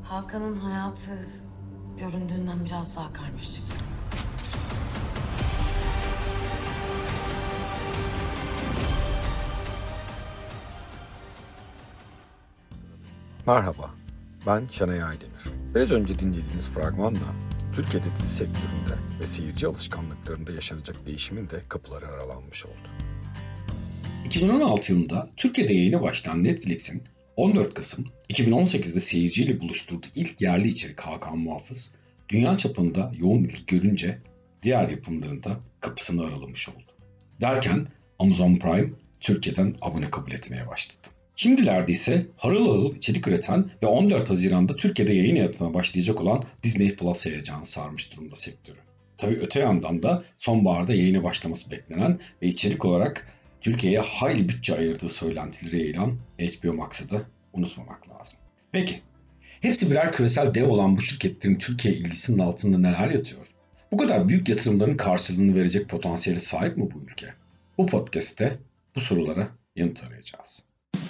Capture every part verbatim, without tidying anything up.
Hakan'ın hayatı göründüğünden biraz daha karmaşık. Merhaba, ben Şenay Aydemir. Biraz önce dinlediğiniz fragmanla Türkiye'de dizi sektöründe ve seyirci alışkanlıklarında yaşanacak değişimin de kapıları aralanmış oldu. iki bin on altı yılında Türkiye'de yayına başlayan Netflix'in on dört Kasım iki bin on sekizde seyirciyle buluşturduğu ilk yerli içerik Hakan Muhafız, dünya çapında yoğun ilgi görünce diğer yapımlarında kapısını aralamış oldu. Derken Amazon Prime Türkiye'den abone kabul etmeye başladı. Şimdilerde ise harıl harıl içerik üreten ve on dört Haziran'da Türkiye'de yayın hayatına başlayacak olan Disney Plus heyecanı sarmış durumda sektörü. Tabii öte yandan da sonbaharda yayına başlaması beklenen ve içerik olarak Türkiye'ye hayli bütçe ayırdığı söylentileri yayılan H B O Max'ı da unutmamak lazım. Peki, hepsi birer küresel dev olan bu şirketlerin Türkiye ilgisinin altında neler yatıyor? Bu kadar büyük yatırımların karşılığını verecek potansiyele sahip mi bu ülke? Bu podcast'te bu sorulara yanıt arayacağız.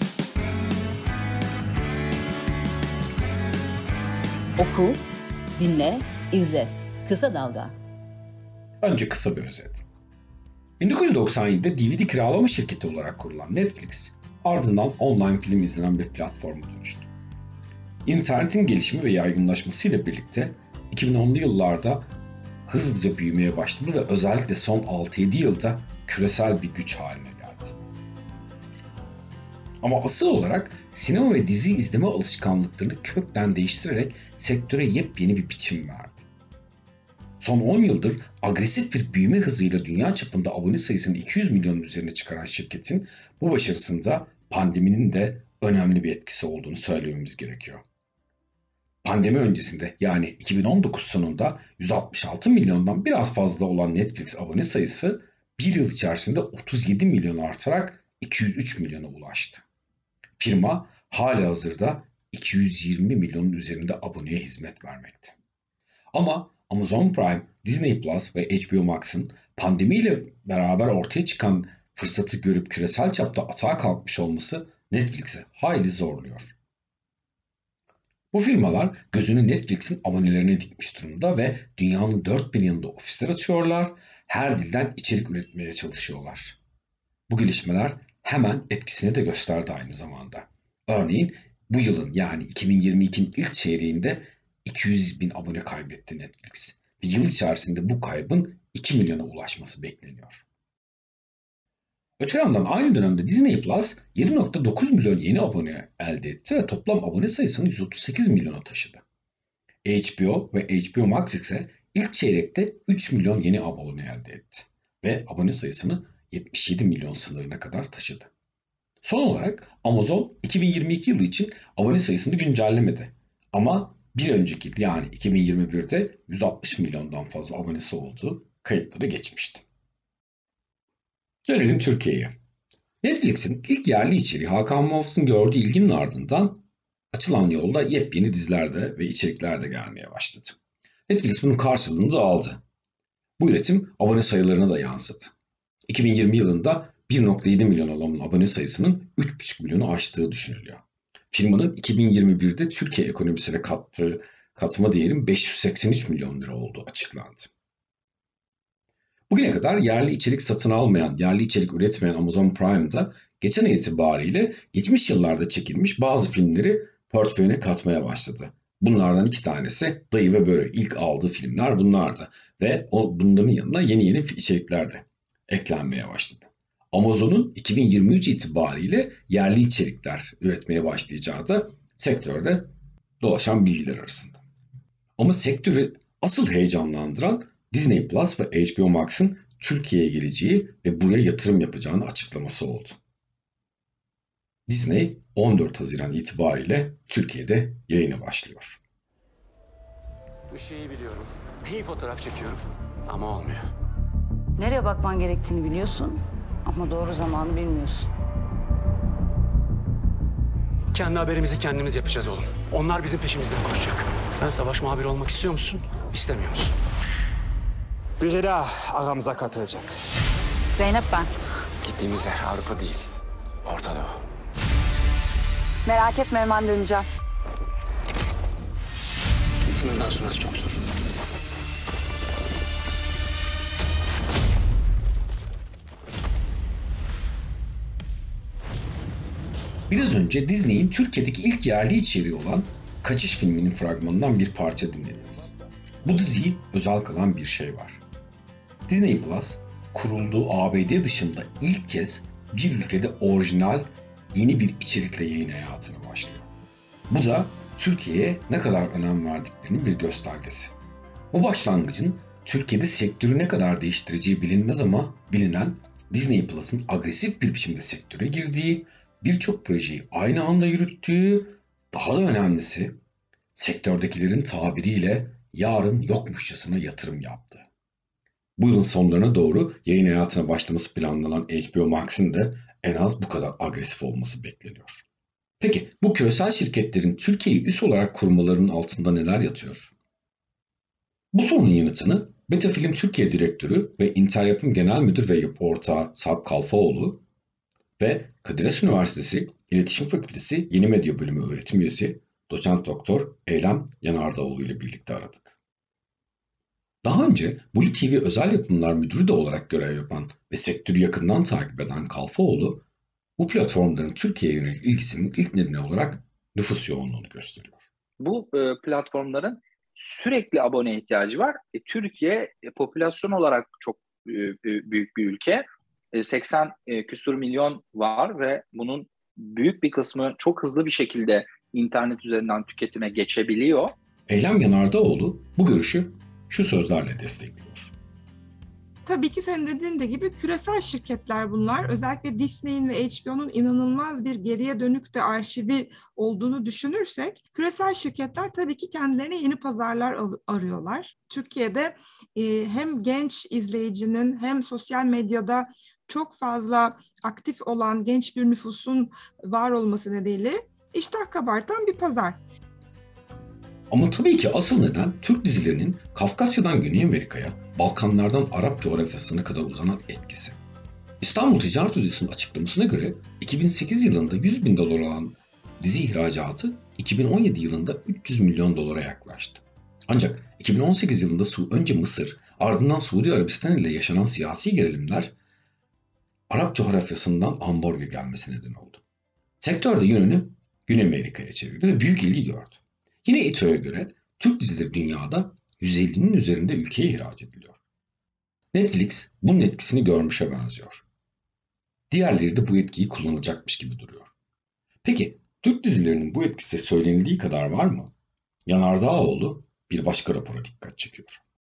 Oku, dinle, izle. Kısa Dalga. Önce kısa bir özet. bin dokuz yüz doksan yedide D V D kiralama şirketi olarak kurulan Netflix, ardından online film izlenen bir platforma dönüştü. İnternetin gelişimi ve yaygınlaşmasıyla birlikte iki bin onlu yıllarda hızlıca büyümeye başladı ve özellikle son altı yedi yılda küresel bir güç haline geldi. Ama asıl olarak sinema ve dizi izleme alışkanlıklarını kökten değiştirerek sektöre yepyeni bir biçim verdi. Son on yıldır agresif bir büyüme hızıyla dünya çapında abone sayısını iki yüz milyonun üzerine çıkaran şirketin bu başarısında pandeminin de önemli bir etkisi olduğunu söylememiz gerekiyor. Pandemi öncesinde yani iki bin on dokuz sonunda yüz altmış altı milyondan biraz fazla olan Netflix abone sayısı bir yıl içerisinde otuz yedi milyon artarak iki yüz üç milyona ulaştı. Firma halihazırda iki yüz yirmi milyonun üzerinde aboneye hizmet vermekte. Ama Amazon Prime, Disney Plus ve H B O Max'ın pandemiyle beraber ortaya çıkan fırsatı görüp küresel çapta atağa kalkmış olması Netflix'e hayli zorluyor. Bu firmalar gözünü Netflix'in abonelerine dikmiş durumda ve dünyanın dört bir yanında ofisler açıyorlar, her dilden içerik üretmeye çalışıyorlar. Bu gelişmeler hemen etkisini de gösterdi aynı zamanda. Örneğin bu yılın yani iki bin yirmi ikinin ilk çeyreğinde iki yüz bin abone kaybetti Netflix. Bir yıl içerisinde bu kaybın iki milyona ulaşması bekleniyor. Öte yandan aynı dönemde Disney Plus yedi virgül dokuz milyon yeni abone elde etti ve toplam abone sayısını yüz otuz sekiz milyona taşıdı. H B O ve H B O Max ise ilk çeyrekte üç milyon yeni abone elde etti ve abone sayısını yetmiş yedi milyon sınırına kadar taşıdı. Son olarak Amazon iki bin yirmi iki yılı için abone sayısını güncellemedi. Ama bir önceki yani iki bin yirmi birde yüz altmış milyondan fazla abonesi olduğu kayıtları geçmişti. Dönelim Türkiye'ye. Netflix'in ilk yerli içeriği Hakan Muhafız'ın gördüğü ilginin ardından açılan yolda yepyeni dizilerde ve içerikler de gelmeye başladı. Netflix bunun karşılığını da aldı. Bu üretim abone sayılarına da yansıdı. iki bin yirmi yılında bir virgül yedi milyon olan abone sayısının üç buçuk milyonu aştığı düşünülüyor. Firmanın iki bin yirmi birde Türkiye ekonomisine kattığı katma değerin beş yüz seksen üç milyon lira olduğu açıklandı. Bugüne kadar yerli içerik satın almayan, yerli içerik üretmeyen Amazon Prime'da geçen ay itibariyle geçmiş yıllarda çekilmiş bazı filmleri portföyüne katmaya başladı. Bunlardan iki tanesi Dayı ve Börü. İlk aldığı filmler bunlardı ve o, bunların yanına yeni yeni içerikler de eklenmeye başladı. Amazon'un iki bin yirmi üç itibariyle yerli içerikler üretmeye başlayacağı da sektörde dolaşan bilgiler arasında. Ama sektörü asıl heyecanlandıran Disney Plus ve H B O Max'ın Türkiye'ye geleceği ve buraya yatırım yapacağını açıklaması oldu. Disney on dört Haziran itibariyle Türkiye'de yayına başlıyor. Işığı biliyorum. İyi fotoğraf çekiyorum ama olmuyor. Nereye bakman gerektiğini biliyorsun ama doğru zamanı bilmiyorsun. Kendi haberimizi kendimiz yapacağız oğlum. Onlar bizim peşimizden koşacak. Sen savaş muhabiri olmak istiyor musun? İstemiyor musun? Biri daha aramıza katılacak. Zeynep ben. Gittiğimiz yer Avrupa değil. Orta Doğu. Merak etme hemen döneceğim. sınırdan sonrası çok zor. Biraz önce Disney'in Türkiye'deki ilk yerli içeriği olan Kaçış filminin fragmanından bir parça dinlediniz. Bu diziyi özel kılan bir şey var. Disney Plus, kurulduğu A B D dışında ilk kez bir ülkede orijinal yeni bir içerikle yayın hayatına başlıyor. Bu da Türkiye'ye ne kadar önem verdiklerinin bir göstergesi. Bu başlangıcın Türkiye'de sektörü ne kadar değiştireceği bilinmez ama bilinen Disney Plus'ın agresif bir biçimde sektöre girdiği, birçok projeyi aynı anda yürüttüğü, daha da önemlisi sektördekilerin tabiriyle yarın yokmuşçasına yatırım yaptı. Bu yılın sonlarına doğru yayın hayatına başlaması planlanan H B O Max'in de en az bu kadar agresif olması bekleniyor. Peki bu küresel şirketlerin Türkiye'yi üs olarak kurmalarının altında neler yatıyor? Bu sorunun yanıtını Beta Film Türkiye Direktörü ve Inter Yapım Genel Müdür ve yapı ortağı Sarp Kalfaoğlu ve Kadir Has Üniversitesi İletişim Fakültesi Yeni Medya Bölümü öğretim üyesi Doçent Doktor Eylem Yanardaoğlu ile birlikte aradık. Daha önce Blue T V Özel Yapımlar Müdürü de olarak görev yapan ve sektörü yakından takip eden Kalfaoğlu, bu platformların Türkiye'ye yönelik ilgisinin ilk nedeni olarak nüfus yoğunluğunu gösteriyor. Bu e, platformların sürekli abone ihtiyacı var. E, Türkiye e, popülasyon olarak çok e, büyük bir ülke. E, seksen e, küsur milyon var ve bunun büyük bir kısmı çok hızlı bir şekilde internet üzerinden tüketime geçebiliyor. Eylem Yanardaoğlu bu görüşü şu sözlerle destekliyor. Tabii ki senin dediğin de gibi küresel şirketler bunlar. Özellikle Disney'in ve H B O'nun inanılmaz bir geriye dönük de arşivi olduğunu düşünürsek, küresel şirketler tabii ki kendilerine yeni pazarlar arıyorlar. Türkiye'de e, hem genç izleyicinin hem sosyal medyada çok fazla aktif olan genç bir nüfusun var olması nedeniyle iştah kabartan bir pazar. Ama tabii ki asıl neden Türk dizilerinin Kafkasya'dan Güney Amerika'ya, Balkanlardan Arap coğrafyasına kadar uzanan etkisi. İstanbul Ticaret Odası'nın açıklamasına göre iki bin sekiz yılında yüz bin dolar olan dizi ihracatı iki bin on yedi yılında üç yüz milyon dolara yaklaştı. Ancak iki bin on sekiz yılında önce Mısır, ardından Suudi Arabistan ile yaşanan siyasi gerilimler Arap coğrafyasından ambargo gelmesi neden oldu. Sektör de yönünü Güney Amerika'ya çevirdi ve büyük ilgi gördü. Yine İ T O'ya göre Türk dizileri dünyada yüz ellinin üzerinde ülkeye ihraç ediliyor. Netflix bunun etkisini görmüşe benziyor. Diğerleri de bu etkiyi kullanacakmış gibi duruyor. Peki Türk dizilerinin bu etkisi söylenildiği kadar var mı? Yanardağoğlu bir başka rapora dikkat çekiyor.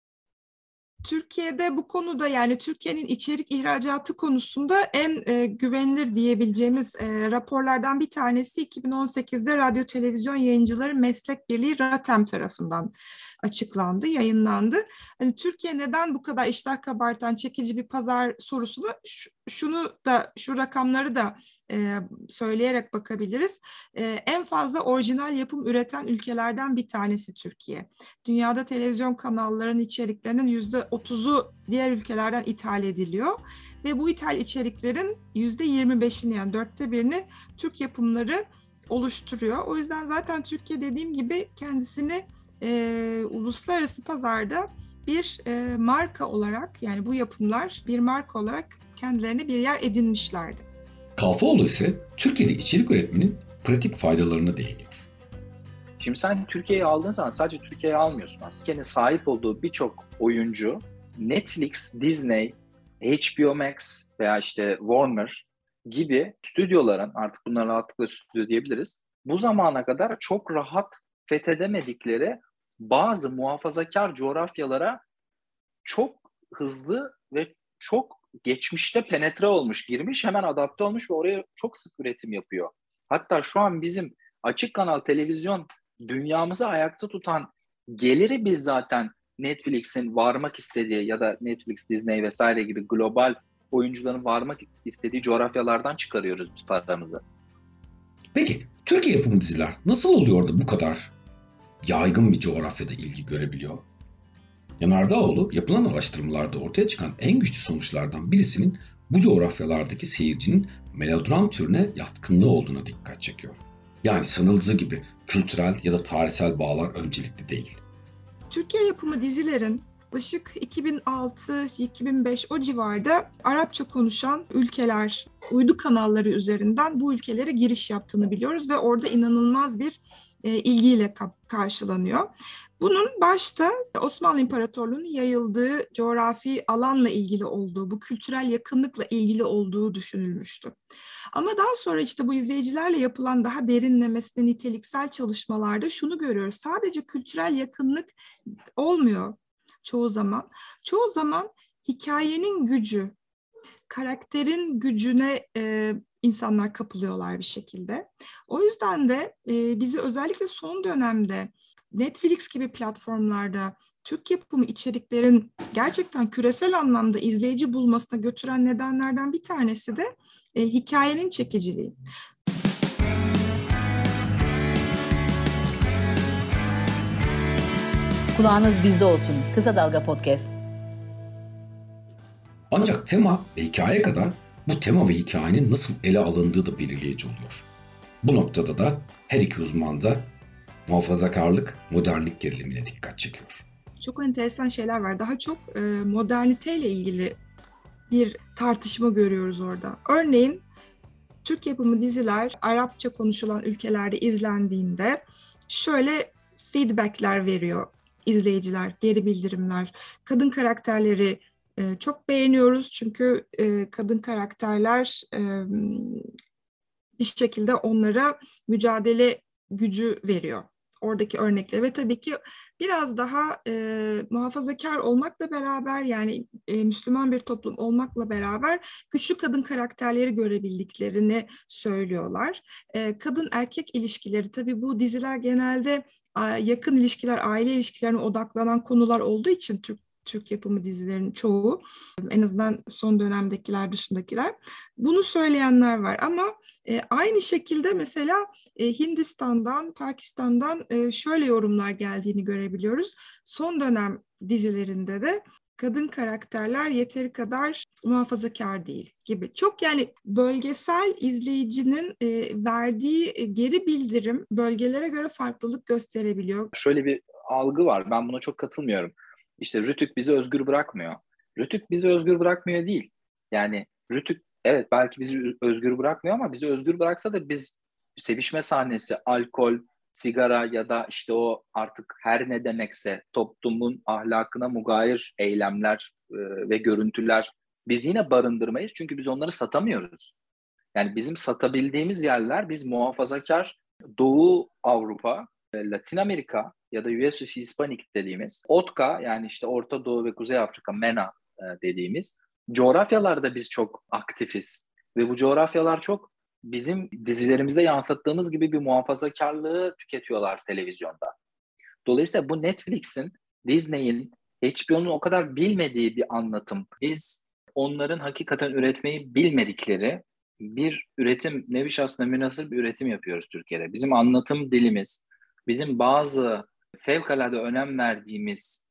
Türkiye'de bu konuda, yani Türkiye'nin içerik ihracatı konusunda en e, güvenilir diyebileceğimiz e, raporlardan bir tanesi iki bin on sekizde Radyo Televizyon Yayıncıları Meslek Birliği RATEM tarafından açıklandı, yayınlandı. Hani Türkiye neden bu kadar iştah kabartan çekici bir pazar sorusunu ş- şunu da şu rakamları da e, söyleyerek bakabiliriz. E, en fazla orijinal yapım üreten ülkelerden bir tanesi Türkiye. Dünyada televizyon kanallarının içeriklerinin yüzde otuzu diğer ülkelerden ithal ediliyor ve bu ithal içeriklerin yüzde yirmi beşini, yani dörtte birini Türk yapımları oluşturuyor. O yüzden zaten Türkiye, dediğim gibi, kendisini e, uluslararası pazarda bir e, marka olarak, yani bu yapımlar bir marka olarak kendilerine bir yer edinmişlerdi. Kalfaoğlu ise Türkiye'de içerik üretmenin pratik faydalarına değiniyor. Şimdi sen Türkiye'yi aldığın zaman sadece Türkiye'yi almıyorsun aslında. Türkiye'nin sahip olduğu birçok oyuncu Netflix, Disney, H B O Max veya işte Warner gibi stüdyoların, artık bunlara rahatlıkla stüdyo diyebiliriz, bu zamana kadar çok rahat fethedemedikleri bazı muhafazakar coğrafyalara çok hızlı ve çok geçmişte penetre olmuş, girmiş, hemen adapte olmuş ve oraya çok sık üretim yapıyor. Hatta şu an bizim açık kanal televizyon dünyamızı ayakta tutan geliri biz zaten Netflix'in varmak istediği ya da Netflix, Disney vesaire gibi global oyuncuların varmak istediği coğrafyalardan çıkarıyoruz biz paramızı. Peki Türkiye yapımı diziler nasıl oluyor da bu kadar yaygın bir coğrafyada ilgi görebiliyor? Yanardağoğlu yapılan araştırmalarda ortaya çıkan en güçlü sonuçlardan birisinin bu coğrafyalardaki seyircinin melodram türüne yatkınlığı olduğuna dikkat çekiyor. Yani sanıldığı gibi kültürel ya da tarihsel bağlar öncelikli değil. Türkiye yapımı dizilerin yaklaşık iki bin altı iki bin beş o civarda Arapça konuşan ülkeler, uydu kanalları üzerinden bu ülkelere giriş yaptığını biliyoruz ve orada inanılmaz bir e, ilgiyle karşılanıyor. Bunun başta Osmanlı İmparatorluğu'nun yayıldığı coğrafi alanla ilgili olduğu, bu kültürel yakınlıkla ilgili olduğu düşünülmüştü. Ama daha sonra işte bu izleyicilerle yapılan daha derinlemesine niteliksel çalışmalarda şunu görüyoruz. Sadece kültürel yakınlık olmuyor çoğu zaman. Çoğu zaman hikayenin gücü, karakterin gücüne e, insanlar kapılıyorlar bir şekilde. O yüzden de e, bizi özellikle son dönemde Netflix gibi platformlarda Türk yapımı içeriklerin gerçekten küresel anlamda izleyici bulmasına götüren nedenlerden bir tanesi de e, hikayenin çekiciliği. Kulağınız bizde olsun. Kısa Dalga Podcast. Ancak tema ve hikaye kadar bu tema ve hikayenin nasıl ele alındığı da belirleyici oluyor. Bu noktada da her iki uzman da muhafazakarlık, modernlik gerilimine dikkat çekiyor. Çok enteresan şeyler var. Daha çok e, moderniteyle ilgili bir tartışma görüyoruz orada. Örneğin Türk yapımı diziler Arapça konuşulan ülkelerde izlendiğinde şöyle feedbackler veriyor izleyiciler, geri bildirimler. Kadın karakterleri e, çok beğeniyoruz çünkü e, kadın karakterler e, bir şekilde onlara mücadele gücü veriyor. Oradaki örnekler ve tabii ki biraz daha e, muhafazakar olmakla beraber yani e, Müslüman bir toplum olmakla beraber güçlü kadın karakterleri görebildiklerini söylüyorlar. E, kadın erkek ilişkileri tabii bu diziler genelde a, yakın ilişkiler, aile ilişkilerine odaklanan konular olduğu için Türk Türk yapımı dizilerin çoğu, en azından son dönemdekiler dışındakiler, bunu söyleyenler var. Ama e, aynı şekilde mesela e, Hindistan'dan, Pakistan'dan e, şöyle yorumlar geldiğini görebiliyoruz. Son dönem dizilerinde de kadın karakterler yeteri kadar muhafazakar değil gibi. Çok yani bölgesel izleyicinin e, verdiği e, geri bildirim bölgelere göre farklılık gösterebiliyor. Şöyle bir algı var, ben buna çok katılmıyorum. İşte Rütük bizi özgür bırakmıyor. Rütük bizi özgür bırakmıyor değil. Yani Rütük evet belki bizi özgür bırakmıyor ama bizi özgür bıraksa da biz sevişme sahnesi, alkol, sigara ya da işte o artık her ne demekse toplumun ahlakına mugayir eylemler e, ve görüntüler biz yine barındırmayız. Çünkü biz onları satamıyoruz. Yani bizim satabildiğimiz yerler biz muhafazakar Doğu Avrupa, Latin Amerika ya da U S Hispanic dediğimiz, O T K A yani işte Orta Doğu ve Kuzey Afrika, MENA dediğimiz coğrafyalarda biz çok aktifiz. Ve bu coğrafyalar çok bizim dizilerimizde yansıttığımız gibi bir muhafazakarlığı tüketiyorlar televizyonda. Dolayısıyla bu Netflix'in, Disney'in, H B O'nun o kadar bilmediği bir anlatım. Biz onların hakikaten üretmeyi bilmedikleri bir üretim, nevi şahsına münhasır bir üretim yapıyoruz Türkiye'de. Bizim anlatım dilimiz, bizim bazı fevkalade önem verdiğimiz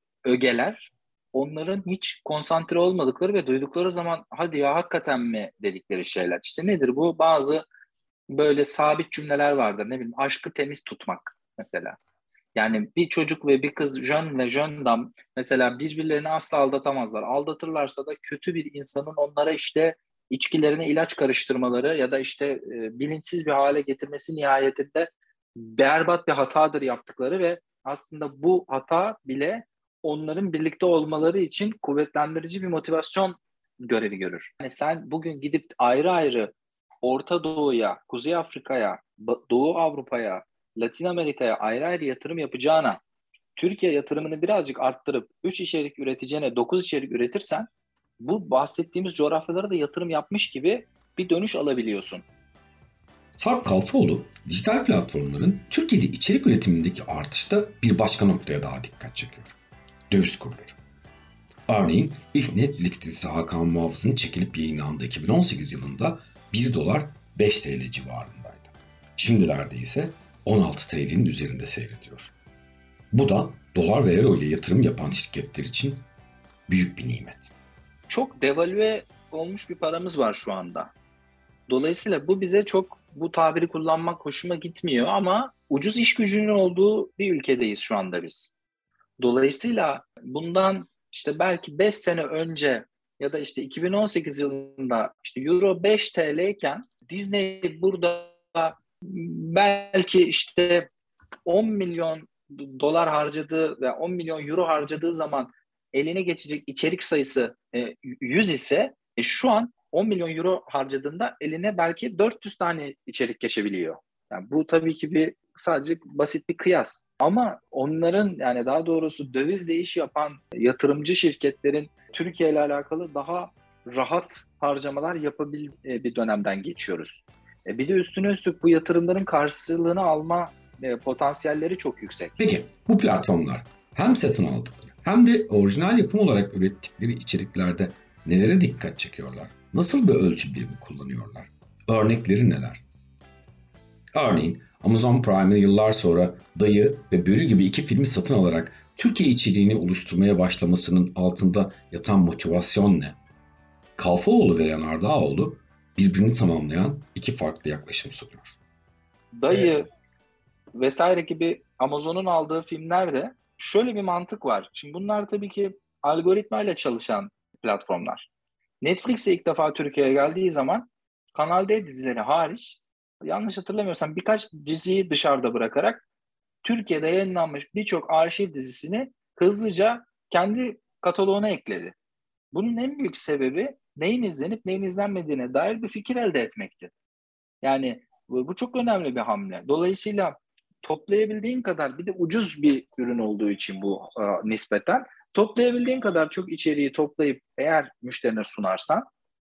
ögeler onların hiç konsantre olmadıkları ve duydukları zaman hadi ya hakikaten mi dedikleri şeyler. İşte nedir bu? Bazı böyle sabit cümleler vardır. Ne bileyim aşkı temiz tutmak mesela. Yani bir çocuk ve bir kız jön ve jön dam mesela birbirlerini asla aldatamazlar. Aldatırlarsa da kötü bir insanın onlara işte içkilerine ilaç karıştırmaları ya da işte e, bilinçsiz bir hale getirmesi nihayetinde berbat bir hatadır yaptıkları ve aslında bu hata bile onların birlikte olmaları için kuvvetlendirici bir motivasyon görevi görür. Yani sen bugün gidip ayrı ayrı Orta Doğu'ya, Kuzey Afrika'ya, Doğu Avrupa'ya, Latin Amerika'ya ayrı ayrı yatırım yapacağına Türkiye yatırımını birazcık arttırıp üç içerik üreteceğine dokuz içerik üretirsen bu bahsettiğimiz coğrafyalara da yatırım yapmış gibi bir dönüş alabiliyorsun. Sarp Kalfaoğlu, dijital platformların Türkiye'de içerik üretimindeki artışta bir başka noktaya daha dikkat çekiyor. Döviz kurları. Örneğin ilk Netflix dizisi Hakan Muhafız'ın çekilip yayınlandığı iki bin on sekiz yılında bir dolar beş T L civarındaydı. Şimdilerde ise on altı T L'nin üzerinde seyrediyor. Bu da dolar ve euro ile yatırım yapan şirketler için büyük bir nimet. Çok devalüe olmuş bir paramız var şu anda. Dolayısıyla bu bize çok, bu tabiri kullanmak hoşuma gitmiyor ama ucuz iş gücünün olduğu bir ülkedeyiz şu anda biz. Dolayısıyla bundan işte belki beş sene önce ya da işte iki bin on sekiz yılında işte Euro beş T L iken Disney burada belki işte on milyon dolar harcadığı ve on milyon euro harcadığı zaman eline geçecek içerik sayısı yüz ise e şu an on milyon euro harcadığında eline belki dört yüz tane içerik geçebiliyor. Yani bu tabii ki bir sadece basit bir kıyas. Ama onların, yani daha doğrusu dövizle iş yapan yatırımcı şirketlerin Türkiye ile alakalı daha rahat harcamalar yapabildiği bir dönemden geçiyoruz. Bir de üstüne üstlük bu yatırımların karşılığını alma potansiyelleri çok yüksek. Peki bu platformlar hem satın aldıkları hem de orijinal yapım olarak ürettikleri içeriklerde nelere dikkat çekiyorlar? Nasıl bir ölçü birimi kullanıyorlar? Örnekleri neler? Örneğin Amazon Prime'ı yıllar sonra Dayı ve Börü gibi iki filmi satın alarak Türkiye içeriğini oluşturmaya başlamasının altında yatan motivasyon ne? Kalfaoğlu ve Yanardağoğlu birbirini tamamlayan iki farklı yaklaşım sunuyor. Dayı Evet. vesaire gibi Amazon'un aldığı filmlerde şöyle bir mantık var. Şimdi bunlar tabii ki algoritmayla çalışan platformlar. Netflix'e ilk defa Türkiye'ye geldiği zaman Kanal D dizileri hariç, yanlış hatırlamıyorsam birkaç diziyi dışarıda bırakarak Türkiye'de yayınlanmış birçok arşiv dizisini hızlıca kendi kataloğuna ekledi. Bunun en büyük sebebi neyin izlenip neyin izlenmediğine dair bir fikir elde etmekti. Yani bu, bu çok önemli bir hamle. Dolayısıyla toplayabildiğin kadar, bir de ucuz bir ürün olduğu için bu e, nispeten, toplayabildiğin kadar çok içeriği toplayıp eğer müşterine sunarsan,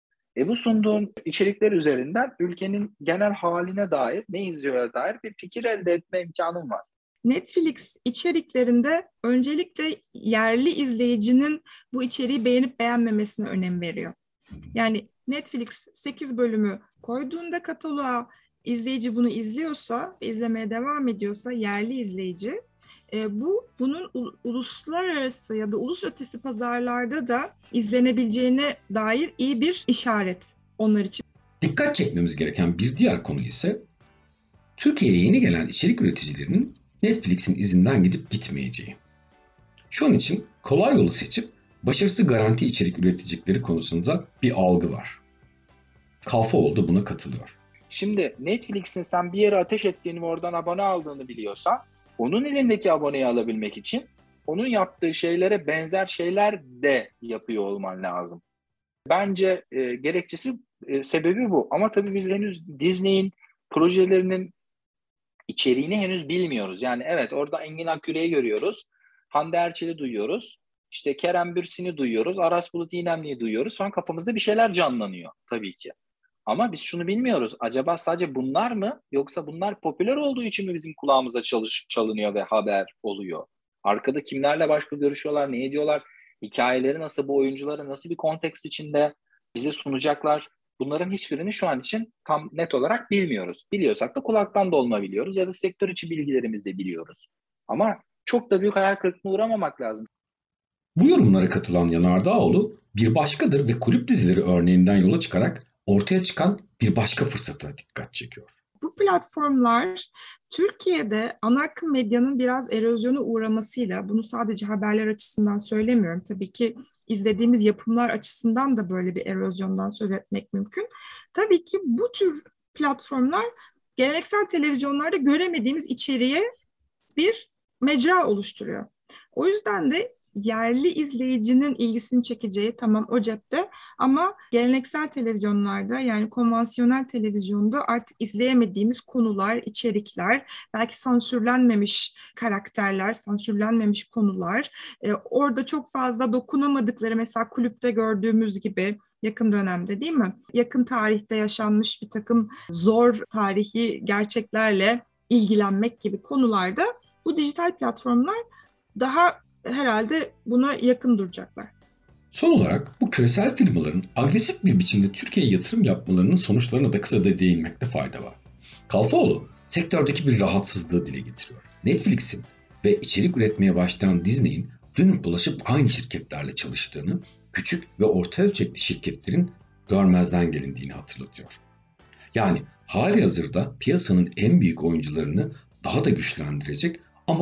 e bu sunduğun içerikler üzerinden ülkenin genel haline dair, ne izliyor'a dair bir fikir elde etme imkanın var. Netflix içeriklerinde öncelikle yerli izleyicinin bu içeriği beğenip beğenmemesine önem veriyor. Yani Netflix sekiz bölümü koyduğunda kataloğa, izleyici bunu izliyorsa, izlemeye devam ediyorsa yerli izleyici, e, bu bunun u- uluslararası ya da ulus ötesi pazarlarda da izlenebileceğine dair iyi bir işaret onlar için. Dikkat çekmemiz gereken bir diğer konu ise Türkiye'ye yeni gelen içerik üreticilerinin Netflix'in izinden gidip gitmeyeceği. Şu an için kolay yolu seçip başarısı garanti içerik üretecekleri konusunda bir algı var. Kalfaoğlu da buna katılıyor. Şimdi Netflix'in sen bir yere ateş ettiğini ve oradan abone aldığını biliyorsan, onun elindeki aboneyi alabilmek için onun yaptığı şeylere benzer şeyler de yapıyor olman lazım. Bence e, gerekçesi, e, sebebi bu. Ama tabii biz henüz Disney'in projelerinin içeriğini henüz bilmiyoruz. Yani evet, orada Engin Aküre'yi görüyoruz, Hande Erçel'i duyuyoruz, işte Kerem Bürsin'i duyuyoruz, Aras Bulut İynemli'yi duyuyoruz. Sonra kafamızda bir şeyler canlanıyor tabii ki. Ama biz şunu bilmiyoruz. Acaba sadece bunlar mı, yoksa bunlar popüler olduğu için mi bizim kulağımıza çalış, çalınıyor ve haber oluyor? Arkada kimlerle başka görüşüyorlar, ne ediyorlar? Hikayeleri nasıl, bu oyuncuları nasıl bir kontekst içinde bize sunacaklar? Bunların hiçbirini şu an için tam net olarak bilmiyoruz. Biliyorsak da kulaktan dolma biliyoruz ya da sektör içi bilgilerimizi de biliyoruz. Ama çok da büyük hayal kırıklığına uğramamak lazım. Bu yorumlara katılan Yanardağoğlu bir başkadır ve kulüp dizileri örneğinden yola çıkarak ortaya çıkan bir başka fırsata dikkat çekiyor. Bu platformlar Türkiye'de ana akım medyanın biraz erozyona uğramasıyla, bunu sadece haberler açısından söylemiyorum. Tabii ki izlediğimiz yapımlar açısından da böyle bir erozyondan söz etmek mümkün. Tabii ki bu tür platformlar geleneksel televizyonlarda göremediğimiz içeriğe bir mecra oluşturuyor. O yüzden de yerli izleyicinin ilgisini çekeceği, tamam o cepte, ama geleneksel televizyonlarda, yani konvansiyonel televizyonda artık izleyemediğimiz konular, içerikler, belki sansürlenmemiş karakterler, sansürlenmemiş konular, e, orada çok fazla dokunamadıkları, mesela kulüpte gördüğümüz gibi yakın dönemde, değil mi? Yakın tarihte yaşanmış bir takım zor tarihi gerçeklerle ilgilenmek gibi konularda bu dijital platformlar daha herhalde buna yakın duracaklar. Son olarak bu küresel firmaların agresif bir biçimde Türkiye'ye yatırım yapmalarının sonuçlarına da kısaca değinmekte fayda var. Kalfaoğlu sektördeki bir rahatsızlığı dile getiriyor. Netflix'in ve içerik üretmeye başlayan Disney'in dönüp dolaşıp aynı şirketlerle çalıştığını, küçük ve orta ölçekli şirketlerin görmezden gelindiğini hatırlatıyor. Yani hali hazırda piyasanın en büyük oyuncularını daha da güçlendirecek ama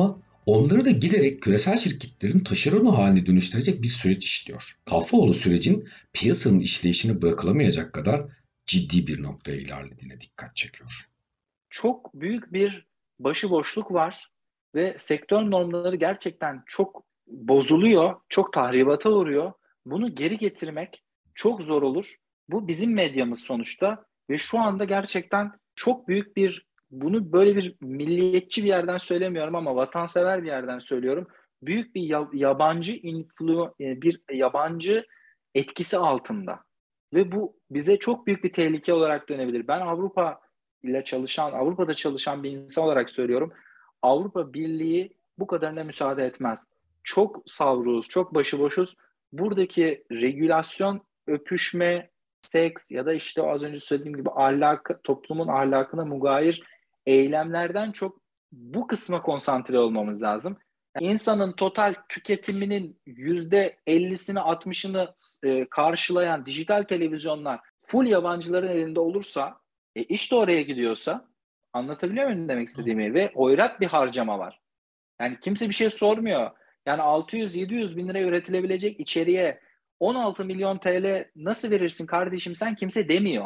onları da giderek küresel şirketlerin taşeronu haline dönüştürecek bir süreç işliyor. Kalfaoğlu sürecin piyasanın işleyişine bırakılamayacak kadar ciddi bir noktaya ilerlediğine dikkat çekiyor. Çok büyük bir başıboşluk var ve sektör normları gerçekten çok bozuluyor, çok tahribata uğruyor. Bunu geri getirmek çok zor olur. Bu bizim medyamız sonuçta ve şu anda gerçekten çok büyük bir, bunu böyle bir milliyetçi bir yerden söylemiyorum ama vatansever bir yerden söylüyorum. Büyük bir yabancı influ, bir yabancı etkisi altında ve bu bize çok büyük bir tehlike olarak dönebilir. Ben Avrupa ile çalışan, Avrupa'da çalışan bir insan olarak söylüyorum. Avrupa Birliği bu kadarına müsaade etmez. Çok savruz, çok başıboşuz. Buradaki regülasyon, öpüşme, seks ya da işte az önce söylediğim gibi ahlak, toplumun ahlakına mugayir eylemlerden çok bu kısma konsantre olmamız lazım. Yani insanın total tüketiminin yüzde ellisini altmışını e, karşılayan dijital televizyonlar full yabancıların elinde olursa, e, iş de oraya gidiyorsa, anlatabiliyor muyum demek istediğimi? Ve hoyrat bir harcama var. Yani kimse bir şey sormuyor. Yani altı yüz yedi yüz bin liraya üretilebilecek içeriğe on altı milyon T L nasıl verirsin kardeşim sen, kimse demiyor.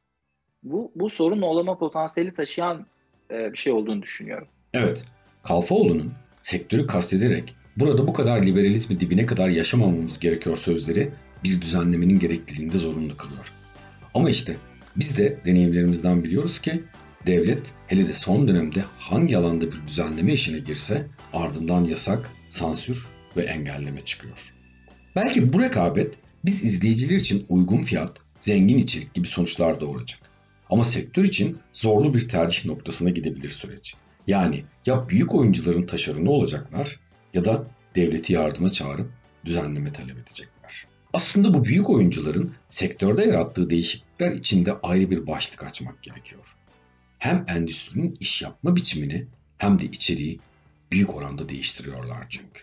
Bu, bu sorun olma potansiyeli taşıyan e, bir şey olduğunu düşünüyorum. Evet, Kalfaoğlu'nun sektörü kastederek burada bu kadar liberalizmi dibine kadar yaşamamamız gerekiyor sözleri bir düzenlemenin gerekliliğinde zorunlu kılıyor. Ama işte biz de deneyimlerimizden biliyoruz ki devlet hele de son dönemde hangi alanda bir düzenleme işine girse ardından yasak, sansür ve engelleme çıkıyor. Belki bu rekabet biz izleyiciler için uygun fiyat, zengin içerik gibi sonuçlar doğuracak. Ama sektör için zorlu bir tercih noktasına gidebilir süreç. Yani ya büyük oyuncuların taşeronu olacaklar ya da devleti yardıma çağırıp düzenleme talep edecekler. Aslında bu büyük oyuncuların sektörde yarattığı değişiklikler için de ayrı bir başlık açmak gerekiyor. Hem endüstrinin iş yapma biçimini hem de içeriği büyük oranda değiştiriyorlar çünkü.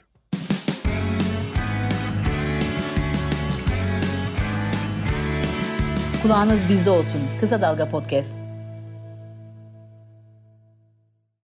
Kulağınız bizde olsun. Kısa Dalga Podcast.